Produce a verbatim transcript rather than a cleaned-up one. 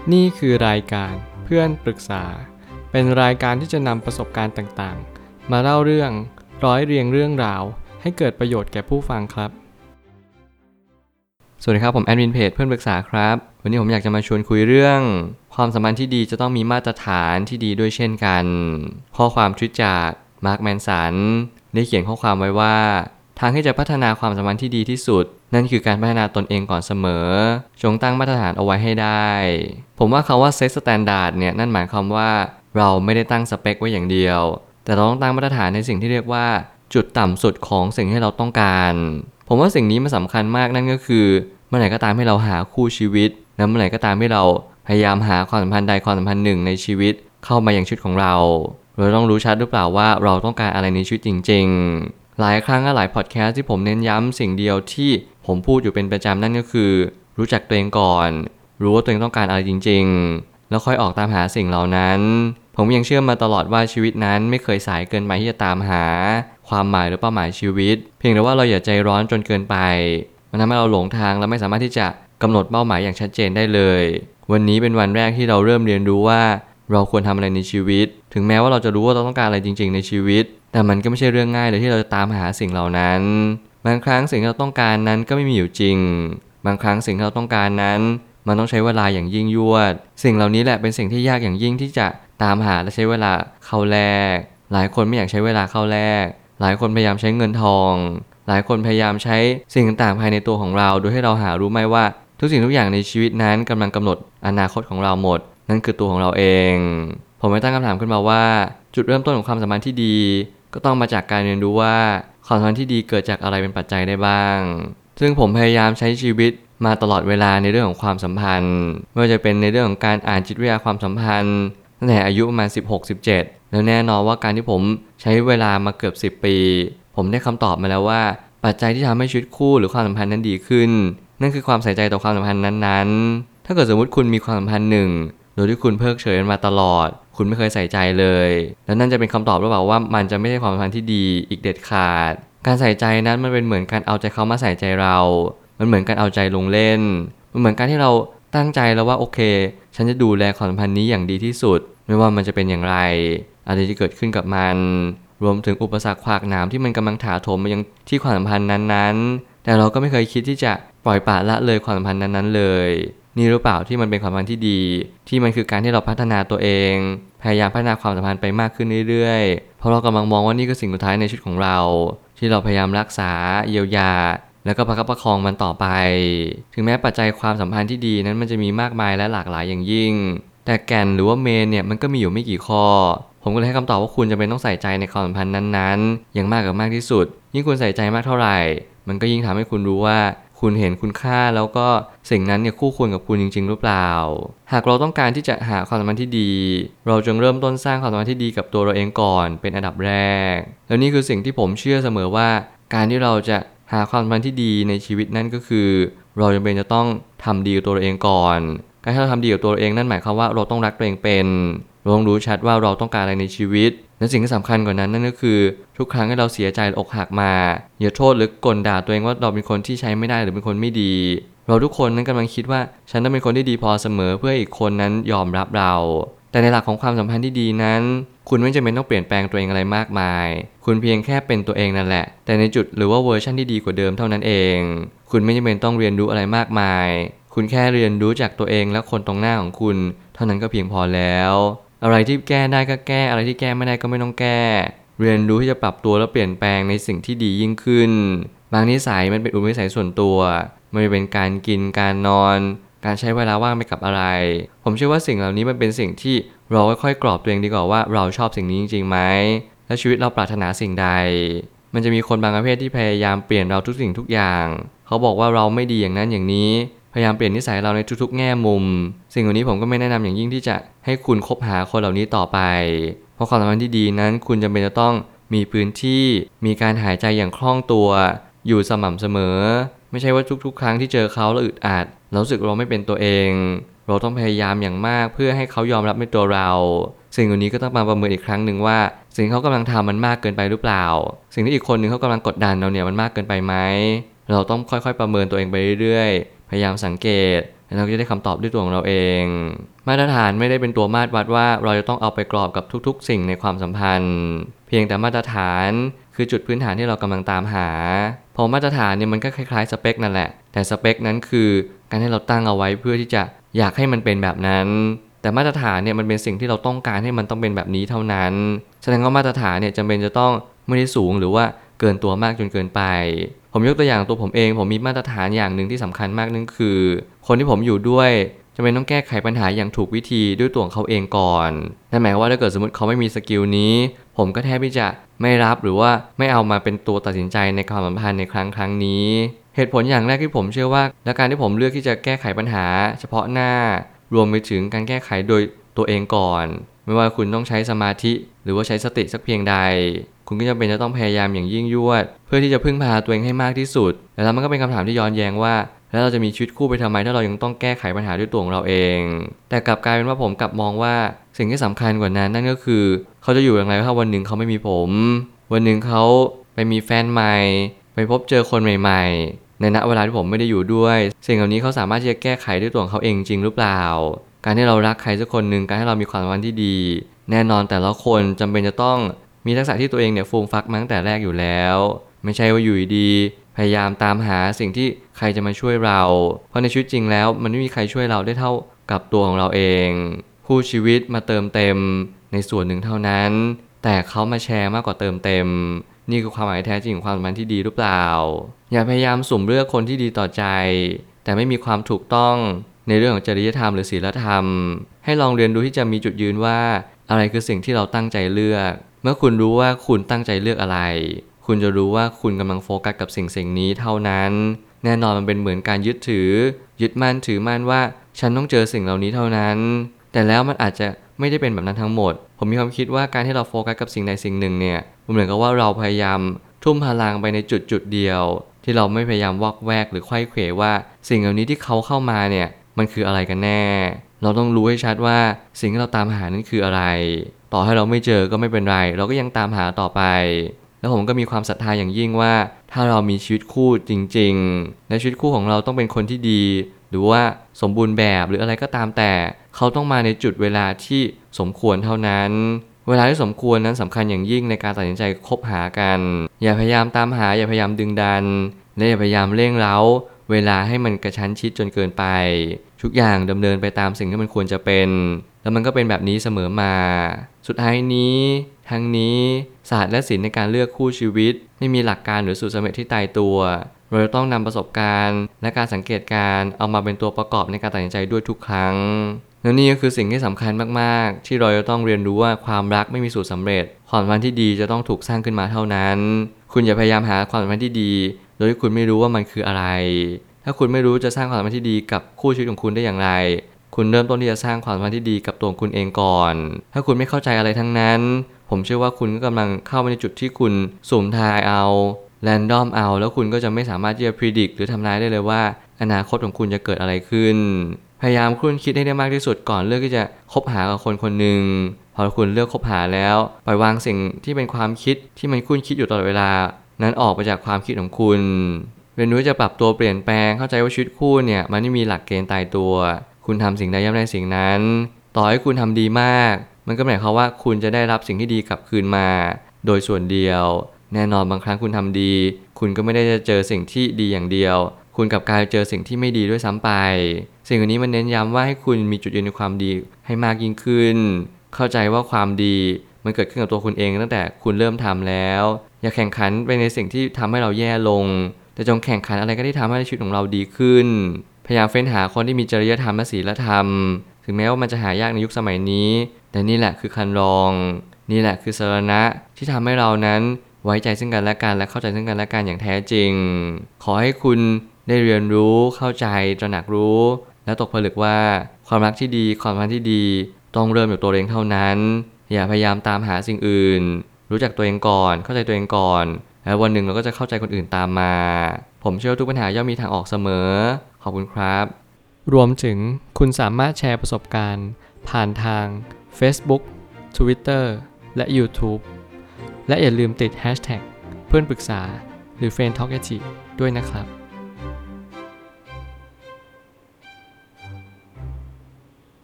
นี่คือรายการเพื่อนปรึกษาเป็นรายการที่จะนำประสบการณ์ต่างๆมาเล่าเรื่องร้อยเรียงเรื่องราวให้เกิดประโยชน์แก่ผู้ฟังครับสวัสดีครับผมแอดมินเพจเพื่อนปรึกษาครับวันนี้ผมอยากจะมาชวนคุยเรื่องความสัมพันธ์ที่ดีจะต้องมีมาตรฐานที่ดีด้วยเช่นกันข้อความทวิตจากมาร์คแมนสันได้เขียนข้อความไว้ว่าทางที่จะพัฒนาความสัมพันธ์ที่ดีที่สุดนั่นคือการพัฒนาตนเองก่อนเสมอจงตั้งมาตรฐานเอาไว้ให้ได้ผมว่าคำว่า set standard เนี่ยนั่นหมายความว่าเราไม่ได้ตั้งสเปคไว้อย่างเดียวแต่เราต้องตั้งมาตรฐานในสิ่งที่เรียกว่าจุดต่ำสุดของสิ่งที่เราต้องการผมว่าสิ่งนี้มันสำคัญมากนั่นก็คือเมื่อไหร่ก็ตามให้เราหาคู่ชีวิตและเมื่อไหร่ก็ตามให้เราพยายามหาความสัมพันธ์ใดความสัมพันธ์หนึ่งในชีวิตเข้ามาอย่างชีวิตของเราเราต้องรู้ชัดหรือเปล่าว่าเราต้องการอะไรในชีวิตจริงๆหลายครั้งและหลายพอดแคสต์ที่ผมเน้นย้ำสิ่งเดียวที่ผมพูดอยู่เป็นประจำนั่นก็คือรู้จักตัวเองก่อนรู้ว่าตัวเองต้องการอะไรจริงๆแล้วค่อยออกตามหาสิ่งเหล่านั้นผมยังเชื่อมาตลอดว่าชีวิตนั้นไม่เคยสายเกินไปที่จะตามหาความหมายหรือเป้าหมายชีวิตเพียงแต่ว่าเราอย่าใจร้อนจนเกินไปมันทำให้เราหลงทางและไม่สามารถที่จะกำหนดเป้าหมายอย่างชัดเจนได้เลยวันนี้เป็นวันแรกที่เราเริ่มเรียนรู้ว่าเราควรทำอะไรในชีวิตถึงแม้ว่าเราจะรู้ว่าเราต้องการอะไรจริงๆในชีวิตแต่มันก็ไม่ใช่เรื่องง่ายเลยที่เราจะตามหาสิ่งเหล่านั้นบางครั้งสิ่งที่เราต้องการนั้นก็ไม่มีอยู่จริงบางครั้งสิ่งที่เราต้องการนั้นมันต้องใช้เวลาอย่างยิ่งยวดสิ่งเหล่านี้แหละเป็นสิ่งที่ยากอย่างยิ่งที่จะตามหาและใช้เวลาเข้าแลกหลายคนไม่อยากใช้เวลาเข้าแลกหลายคนพยายามใช้เงินทองหลายคนพยายามใช้สิ่งต่างๆภายในตัวของเราโดยให้เราหารู้ไหมว่าทุกสิ่งทุกอย่างในชีวิตนั้นกำลังกำหนดอนาคตของเราหมดนั่นคือตัวของเราเองผมไม่ตั้งคำถามขึ้นมาว่าจุดเริ่มต้นของความสัมพันธ์ที่ดีก็ต้องมาจากการเรียนรู้ว่าความสัมพันธ์ที่ดีเกิดจากอะไรเป็นปัจจัยได้บ้างซึ่งผมพยายามใช้ชีวิตมาตลอดเวลาในเรื่องของความสัมพันธ์ไม่ว่าจะเป็นในเรื่องของการอ่านจิตวิทยาความสัมพันธ์ตั้งแต่อายุประมาณสิบหก สิบเจ็ดแล้วแน่นอนว่าการที่ผมใช้เวลามาเกือบสิบปีผมได้คำตอบมาแล้วว่าปัจจัยที่ทำให้ชีวิตคู่หรือความสัมพันธ์นั้นดีขึ้นนั่นคือความใส่ใจต่อความสัมพันธ์นั้นๆถ้าเกิดสมมติคุณมีความสัมพันธ์หนึ่งโดยที่คุณเพิกเฉยมันมาตลอดคุณไม่เคยใส่ใจเลยแล้วนั่นจะเป็นคำตอบหรือเปล่าว่ามันจะไม่ใช่ความสัมพันธ์ที่ดีอีกเด็ดขาดการใส่ใจนั้นมันเป็นเหมือนการเอาใจเขามาใส่ใจเรามันเหมือนการเอาใจลงเล่นมันเหมือนการที่เราตั้งใจแล้วว่าโอเคฉันจะดูแลความสัมพันธ์นี้อย่างดีที่สุดไม่ว่ามันจะเป็นอย่างไรอะไรที่เกิดขึ้นกับมันรวมถึงอุปสรรคขวากหนามที่มันกำลังถาโถมมายังที่ความสัมพันธ์นั้นๆแต่เราก็ไม่เคยคิดที่จะปล่อยปละละเลยความสัมพันธ์นั้นๆเลยนี่หรือเปล่าที่มันเป็นความสัมพันธ์ที่ดีที่มันคือการที่เราพัฒนาตัวเองพยายามพัฒนาความสัมพันธ์ไปมากขึ้นเรื่อยๆเพราะเรากำลังมองว่านี่คือสิ่งสุดท้ายในชีวิตของเราที่เราพยายามรักษาเยียวยาแล้วก็ประคับประคองมันต่อไปถึงแม้ปัจจัยความสัมพันธ์ที่ดีนั้นมันจะมีมากมายและหลากหลายอย่างยิ่งแต่แก่นหรือว่าเมนเนี่ยมันก็มีอยู่ไม่กี่ข้อผมก็เลยให้คำตอบว่าคุณจะเป็นต้องใส่ใจในความสัมพันธ์นั้นๆอย่างมากกับมากที่สุดยิ่งคุณใส่ใจมากเท่าไหร่มันก็ยิ่งทำให้คุณรู้ว่าคุณเห็นคุณค่าแล้วก็สิ่งนั้นเนี่ยคู่ควรกับคุณจริงๆหรือเปล่าหากเราต้องการที่จะหาความสัมพันธ์ที่ดีเราจงเริ่มต้นสร้างความสัมพันธ์ที่ดีกับตัวเราเองก่อนเป็นอันดับแรกแล้วนี่คือสิ่งที่ผมเชื่อเสมอว่าการที่เราจะหาความสัมพันธ์ที่ดีในชีวิตนั่นก็คือเราจำเป็นจะต้องทำดีกับตัวเราเองก่อนการที่เราทำดีกับตัวเราเองนั่นหมายความว่าเราต้องรักตัวเองเป็นเราต้องรู้ชัดว่าเราต้องการอะไรในชีวิตและสิ่งที่สำคัญกว่านั้นนั่นก็คือทุกครั้งที่เราเสียใจอกหักมาอย่าโทษหรือกลด่าตัวเองว่าเราเป็นคนที่ใช้ไม่ได้หรือเป็นคนไม่ดีเราทุกคนนั้นกำลังคิดว่าฉันต้องเป็นคนที่ดีพอเสมอเพื่ออีกคนนั้นยอมรับเราแต่ในหลักของความสัมพันธ์ที่ดีนั้นคุณไม่จำเป็นต้องเปลี่ยนแปลงตัวเองอะไรมากมายคุณเพียงแค่เป็นตัวเองนั่นแหละแต่ในจุดหรือว่าเวอร์ชันที่ดีกว่าเดิมเท่านั้นเองคุณไม่จำเป็นต้องเรียนรู้อะไรมากมายคุณแค่เรียนรู้จากตัวเองและคนตรงหน้าของคุณเท่านั้นก็เพียงพอแล้วอะไรที่แก้ได้ก็แก้อะไรที่แก้ไม่ได้ก็ไม่ต้องแก้เรียนรู้ที่จะปรับตัวและเปลี่ยนแปลงในสิ่งที่ดียิ่งขึ้นบางนิสัยมันเป็นอุปนิสัยส่วนตัวไม่ว่าเป็นการกินการนอนการใช้เวลาว่างไปกับอะไรผมเชื่อว่าสิ่งเหล่านี้มันเป็นสิ่งที่เราค่อยๆกรอบตัวเองดีกว่าว่าเราชอบสิ่งนี้จริงๆไหมและชีวิตเราปรารถนาสิ่งใดมันจะมีคนบางประเภทที่พยายามเปลี่ยนเราทุกสิ่งทุกอย่างเขาบอกว่าเราไม่ดีอย่างนั้นอย่างนี้พยายามเปลี่ยนนิสัยเราในทุกๆแง่มุมสิ่งเหล่านี้ผมก็ไม่แนะนำอย่างยิ่งที่จะให้คุณคบหาคนเหล่านี้ต่อไปเพราะความสัมพันธ์ที่ดีนั้นคุณจำเป็นจะต้องมีพื้นที่มีการหายใจอย่างคล่องตัวอยู่สม่ำเสมอไม่ใช่ว่าทุกๆครั้งที่เจอเขาแล้วอึดอัดเรารู้สึกเราไม่เป็นตัวเองเราต้องพยายามอย่างมากเพื่อให้เขายอมรับในตัวเราสิ่งเหล่านี้ก็ต้องมาประเมินอีกครั้งหนึ่งว่าสิ่งที่เขากำลังทำมันมากเกินไปหรือเปล่าสิ่งที่อีกคนหนึ่งเขากำลังกดดันเราเนี่ยมันมากเกินไปไหมเราต้องค่อยๆประเมินตัวเองไปเรื่อยๆพยายามสังเกตแล้วเราก็จะได้คำตอบด้วยตัวของเราเองมาตรฐานไม่ได้เป็นตัวมาตรวัดว่าเราจะต้องเอาไปกรอบกับทุกๆสิ่งในความสัมพันธ์เพียงแต่มาตรฐานคือจุดพื้นฐานที่เรากำลังตามหาพอมาตรฐานเนี่ยมันก็คล้ายๆสเปคนั่นแหละแต่สเปคนั้นคือการให้เราตั้งเอาไว้เพื่อที่จะอยากให้มันเป็นแบบนั้นแต่มาตรฐานเนี่ยมันเป็นสิ่งที่เราต้องการให้มันต้องเป็นแบบนี้เท่านั้นแสดงว่ามาตรฐานเนี่ยจำเป็นจะต้องไม่ได้สูงหรือว่าเกินตัวมากจนเกินไปผมยกตัวอย่างตัวผมเองผมมีมาตรฐานอย่างหนึ่งที่สำคัญมากนั่นคือคนที่ผมอยู่ด้วยจำเป็นต้องแก้ไขปัญหาอย่างถูกวิธีด้วยตัวของเขาเองก่อนนั่นหมายความว่าถ้าเกิดสมมติเขาไม่มีสกิลนี้ผมก็แทบที่จะไม่รับหรือว่าไม่เอามาเป็นตัวตัดสินใจในความสัมพันธ์ในครั้งครั้งนี้เหตุผลอย่างแรกที่ผมเชื่อว่าและการที่ผมเลือกที่จะแก้ไขปัญหาเฉพาะหน้ารวมไปถึงการแก้ไขโดยตัวเองก่อนไม่ว่าคุณต้องใช้สมาธิหรือว่าใช้สติสักเพียงใดคุณก็จำเป็นจะต้องพยายามอย่างยิ่งยวดเพื่อที่จะพึ่งพาตัวเองให้มากที่สุดแล้วมันก็เป็นคำถามที่ย้อนแย้งว่าแล้วเราจะมีชีวิตคู่ไปทำไมถ้าเรายังต้องแก้ไขปัญหาด้วยตัวของเราเองแต่กลับกลายเป็นว่าผมกลับมองว่าสิ่งที่สำคัญกว่านั้นนั่นก็คือเขาจะอยู่อย่างไรถ้าวันหนึ่งเขาไม่มีผมวันหนึ่งเขาไปมีแฟนใหม่ไปพบเจอคนใหม่ๆในณเวลาที่ผมไม่ได้อยู่ด้วยสิ่งเหล่านี้เขาสามารถที่จะแก้ไขด้วยตัวของเขาเองจริงหรือเปล่าการที่เรารักใครสักคนหนึ่งการให้เรามีความสัมพันธ์ที่ดีแน่นอนแต่ละคนจำเป็นจะต้องมีทักษะที่ตัวเองเนี่ยฟูมฟักมาตั้งแต่แรกอยู่แล้วไม่ใช่ว่าอยู่ดีพยายามตามหาสิ่งที่ใครจะมาช่วยเราเพราะในชีวิตจริงแล้วมันไม่มีใครช่วยเราได้เท่ากับตัวของเราเองคู่ชีวิตมาเติมเต็มในส่วนหนึ่งเท่านั้นแต่เขามาแชร์มากกว่าเติมเต็มนี่คือความหมายแท้จริงของความสัมพันธ์ที่ดีหรือเปล่าอย่าพยายามสุ่มเลือกคนที่ดีต่อใจแต่ไม่มีความถูกต้องในเรื่องของจริยธรรมหรือศีลธรรมให้ลองเรียนรู้ที่จะมีจุดยืนว่าอะไรคือสิ่งที่เราตั้งใจเลือกเมื่อคุณรู้ว่าคุณตั้งใจเลือกอะไรคุณจะรู้ว่าคุณกำลังโฟกัสกับสิ่งสิ่งนี้เท่านั้นแน่นอนมันเป็นเหมือนการยึดถือยึดมั่นถือมั่นว่าฉันต้องเจอสิ่งเหล่านี้เท่านั้นแต่แล้วมันอาจจะไม่ได้เป็นแบบนั้นทั้งหมดผมมีความคิดว่าการที่เราโฟกัสกับสิ่งใดสิ่งหนึ่งเนี่ยมันเหมือนกับว่าเราพยายามทุ่มพลังไปในจุดจุดเดียวที่เราไม่พยายามวอกแวกหรือไขว้เขวว่าสิ่งเหล่านี้ที่เขาเข้ามาเนี่ยมันคืออะไรกันแน่เราต้องรู้ให้ชัดว่าสิ่งที่เราตามหานั้นคืออะไรต่อให้เราไม่เจอก็ไม่เป็นไรเราก็ยังตามหาต่อไปแล้วผมก็มีความศรัทธาอย่างยิ่งว่าถ้าเรามีชีวิตคู่จริงๆและชีวิตคู่ของเราต้องเป็นคนที่ดีหรือว่าสมบูรณ์แบบหรืออะไรก็ตามแต่เขาต้องมาในจุดเวลาที่สมควรเท่านั้นเวลาที่สมควรนั้นสำคัญอย่างยิ่งในการตัดสินใจคบหากันอย่าพยายามตามหาอย่าพยายามดึงดันและอย่าพยายามเร่งเร้าเวลาให้มันกระชั้นชิดจนเกินไปทุกอย่างดำเนินไปตามสิ่งที่มันควรจะเป็นแล้วมันก็เป็นแบบนี้เสมอมาสุดท้ายนี้ทั้งนี้ศาสตร์และศิลป์ในการเลือกคู่ชีวิตไม่มีหลักการหรือสูตรสำเร็จที่ตายตัวเราจะต้องนำประสบการณ์และการสังเกตการณ์เอามาเป็นตัวประกอบในการตัดสินใจด้วยทุกครั้งและนี่ก็คือสิ่งที่สำคัญมากๆที่เราจะต้องเรียนรู้ว่าความรักไม่มีสูตรสำเร็จความสัมพันธ์ที่ดีจะต้องถูกสร้างขึ้นมาเท่านั้นคุณอย่าพยายามหาความสัมพันธ์ที่ดีโดยที่คุณไม่รู้ว่ามันคืออะไรถ้าคุณไม่รู้จะสร้างความสัมพันธ์ที่ดีกับคู่ชีวิตของคุณได้อย่างไรคุณเริ่มต้นที่จะสร้างความสัมพันธ์ที่ดีกับตัวคุณเองก่อนถ้าคุณไม่เข้าใจอะไรทั้งนั้นผมเชื่อว่าคุณก็กำลังเข้าไปในจุดที่คุณสุ่มทายเอาแรนดอมเอาแล้วคุณก็จะไม่สามารถที่จะพิจิตรหรือทำนายได้เลยว่าอนาคตของคุณจะเกิดอะไรขึ้นพยายามคุ้นคิดให้ได้มากที่สุดก่อนเลือกที่จะคบหากับคนคนหนึ่งพอคุณเลือกคบหาแล้วปล่อยวางสิ่งที่เป็นความคิดที่มันคุ้นคิดอยู่ตลอดเวลานั้นออกไปจากความคิดของคุณเรียนรู้จะปรับตัวเปลี่ยนแปลงเข้าใจว่าชีวิตคู่เนี่ยมันไม่มีหลักเกณฑ์ตายตัวคุณทำสิ่งใดย่อมได้สิ่งนั้นต่อให้คุณทำดีมากมันก็หมายความว่าคุณจะได้รับสิ่งที่ดีกลับคืนมาโดยส่วนเดียวแน่นอนบางครั้งคุณทำดีคุณก็ไม่ได้จะเจอสิ่งที่ดีอย่างเดียวคุณกลับกลายเจอสิ่งที่ไม่ดีด้วยซ้ำไปสิ่งเหล่านี้มันเน้นย้ำว่าให้คุณมีจุดยืนในความดีให้มากยิ่งขึ้นเข้าใจว่าความดีมันเกิดขึ้นกับตัวคุณเองตั้งแต่คุณเริ่มทำแล้วอย่าแข่งขันไปในสิ่งที่ทำให้เราแย่ลงแต่จงแข่งขันอะไรก็ได้ทำให้ชีวิตของเราดีขึ้นพยายามเฟ้นหาคนที่มีจริยธรรมและศีลธรรมถึงแม้ว่ามันจะหายากในยุคสมัยนี้แต่นี่แหละคือคันลองนี่แหละคือสรณะที่ทำให้เรานั้นไว้ใจซึ่งกันและกันและเข้าใจซึ่งกันและกันอย่างแท้จริงขอให้คุณได้เรียนรู้เข้าใจตระหนักรู้และตกผลึกว่าความรักที่ดีความสัมพันธ์ที่ดีต้องเริ่มจากตัวเองเท่านั้นอย่าพยายามตามหาสิ่งอื่นรู้จักตัวเองก่อนเข้าใจตัวเองก่อนแล้ววันหนึ่งเราก็จะเข้าใจคนอื่นตามมาผมเชื่อว่าทุกปัญหาย่อมมีทางออกเสมอขอบคุณครับรวมถึงคุณสามารถแชร์ประสบการณ์ผ่านทาง Facebook Twitter และ YouTube และอย่าลืมติด แฮชแท็ก เพื่อนปรึกษาหรือ เฟรนด์ ทอล์ก ด้วยนะครับ